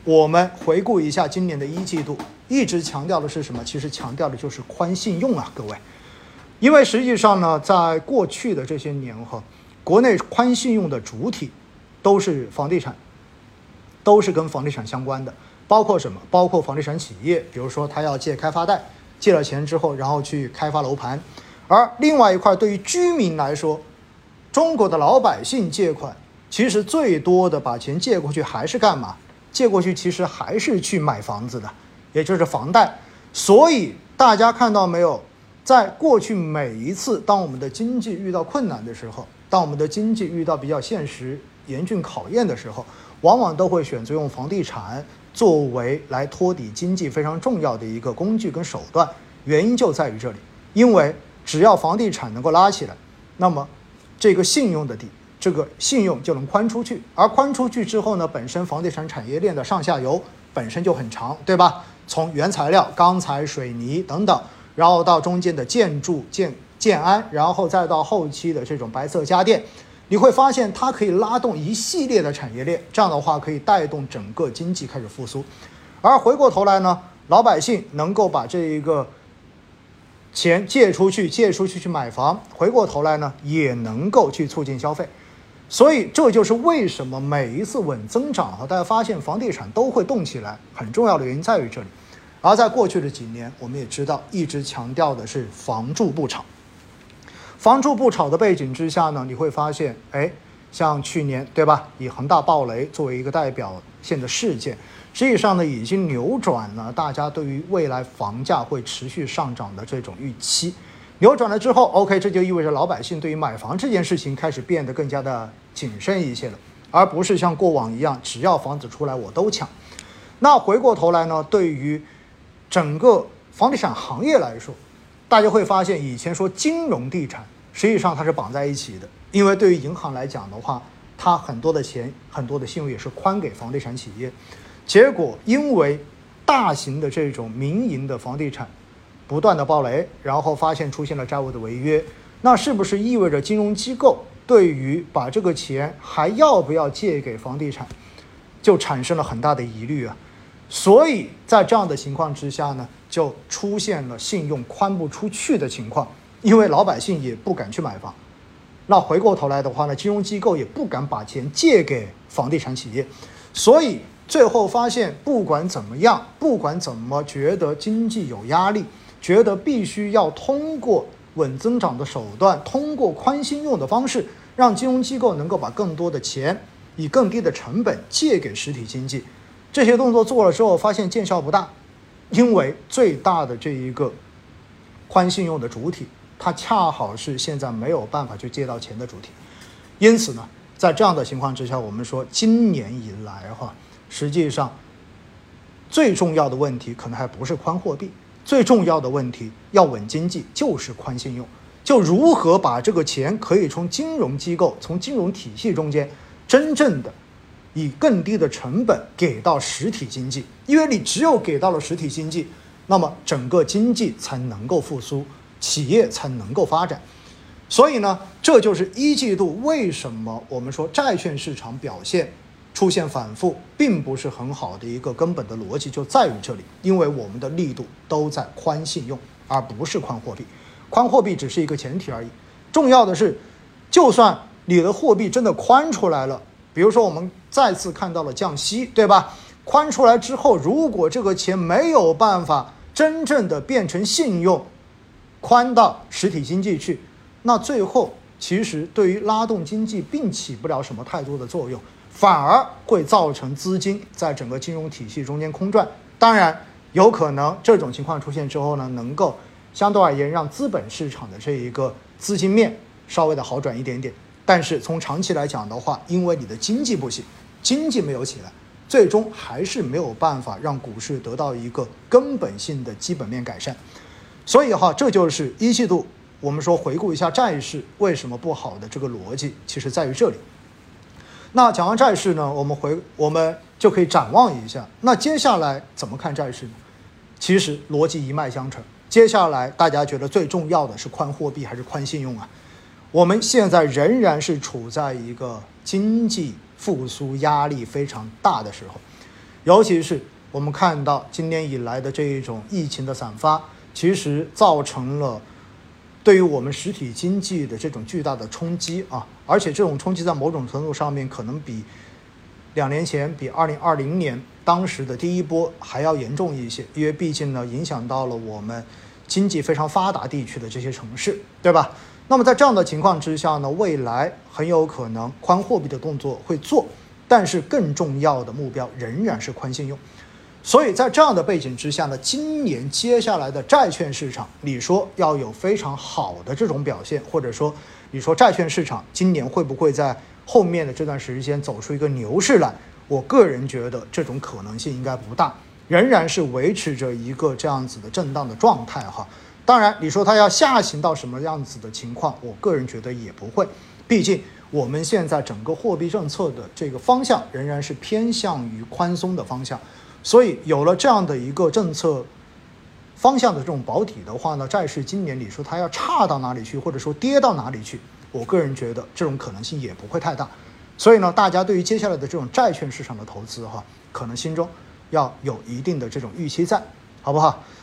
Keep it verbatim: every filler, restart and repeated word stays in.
我们回顾一下今年的一季度，一直强调的是什么？其实强调的就是宽信用啊，各位。因为实际上呢，在过去的这些年哈，国内宽信用的主体都是房地产，都是跟房地产相关的，包括什么？包括房地产企业，比如说他要借开发贷，借了钱之后，然后去开发楼盘。而另外一块，对于居民来说，中国的老百姓借款，其实最多的把钱借过去还是干嘛？借过去其实还是去买房子的，也就是房贷。所以大家看到没有，在过去每一次当我们的经济遇到困难的时候，当我们的经济遇到比较现实严峻考验的时候，往往都会选择用房地产作为来托底经济非常重要的一个工具跟手段。原因就在于这里，因为只要房地产能够拉起来，那么这个信用的底这个信用就能宽出去，而宽出去之后呢，本身房地产产业链的上下游本身就很长，对吧？从原材料、钢材、水泥等等，然后到中间的建筑、建建安，然后再到后期的这种白色家电，你会发现它可以拉动一系列的产业链，这样的话可以带动整个经济开始复苏。而回过头来呢，老百姓能够把这一个钱借出去，借出去去买房，回过头来呢，也能够去促进消费。所以这就是为什么每一次稳增长大家发现房地产都会动起来，很重要的原因在于这里。而在过去的几年，我们也知道一直强调的是房住不炒。房住不炒的背景之下呢，你会发现，哎，像去年对吧，以恒大暴雷作为一个代表性的事件，实际上呢已经扭转了大家对于未来房价会持续上涨的这种预期。扭转了之后 OK， 这就意味着老百姓对于买房这件事情开始变得更加的谨慎一些了，而不是像过往一样只要房子出来我都抢。那回过头来呢，对于整个房地产行业来说，大家会发现以前说金融地产实际上它是绑在一起的，因为对于银行来讲的话，它很多的钱很多的信用也是宽给房地产企业，结果因为大型的这种民营的房地产不断的暴雷，然后发现出现了债务的违约，那是不是意味着金融机构对于把这个钱还要不要借给房地产就产生了很大的疑虑啊？所以在这样的情况之下呢，就出现了信用宽不出去的情况，因为老百姓也不敢去买房，那回过头来的话呢，金融机构也不敢把钱借给房地产企业，所以最后发现不管怎么样，不管怎么觉得经济有压力，觉得必须要通过稳增长的手段，通过宽信用的方式，让金融机构能够把更多的钱以更低的成本借给实体经济。这些动作做了之后，发现见效不大，因为最大的这一个宽信用的主体，它恰好是现在没有办法去借到钱的主体。因此呢，在这样的情况之下，我们说今年以来哈，实际上最重要的问题可能还不是宽货币，最重要的问题要稳经济就是宽信用，就如何把这个钱可以从金融机构从金融体系中间真正的以更低的成本给到实体经济，因为你只有给到了实体经济，那么整个经济才能够复苏，企业才能够发展。所以呢，这就是一季度为什么我们说债券市场表现出现反复并不是很好的一个根本的逻辑，就在于这里，因为我们的力度都在宽信用，而不是宽货币。宽货币只是一个前提而已，重要的是，就算你的货币真的宽出来了，比如说我们再次看到了降息，对吧？宽出来之后，如果这个钱没有办法真正的变成信用，宽到实体经济去，那最后其实对于拉动经济并起不了什么太多的作用，反而会造成资金在整个金融体系中间空转。当然有可能这种情况出现之后呢，能够相对而言让资本市场的这一个资金面稍微的好转一点点，但是从长期来讲的话，因为你的经济不行，经济没有起来，最终还是没有办法让股市得到一个根本性的基本面改善。所以哈，这就是一季度我们说回顾一下债市为什么不好的这个逻辑，其实在于这里。那讲完债市呢，我们回我们就可以展望一下，那接下来怎么看债市呢？其实逻辑一脉相承，接下来大家觉得最重要的是宽货币还是宽信用啊？我们现在仍然是处在一个经济复苏压力非常大的时候， 尤其是我们看到今年以来的这一种疫情的散发，其实造成了对于我们实体经济的这种巨大的冲击啊，而且这种冲击在某种程度上面可能比两年前、比二零二零年当时的第一波还要严重一些，因为毕竟呢，影响到了我们经济非常发达地区的这些城市，对吧？那么在这样的情况之下呢，未来很有可能宽货币的动作会做，但是更重要的目标仍然是宽信用。所以在这样的背景之下呢，今年接下来的债券市场，你说要有非常好的这种表现，或者说你说债券市场今年会不会在后面的这段时间走出一个牛市来，我个人觉得这种可能性应该不大，仍然是维持着一个这样子的震荡的状态哈。当然你说它要下行到什么样子的情况，我个人觉得也不会，毕竟我们现在整个货币政策的这个方向仍然是偏向于宽松的方向，所以有了这样的一个政策方向的这种保底的话呢，债市今年你说它要差到哪里去，或者说跌到哪里去，我个人觉得这种可能性也不会太大。所以呢，大家对于接下来的这种债券市场的投资哈，可能心中要有一定的这种预期在，好不好？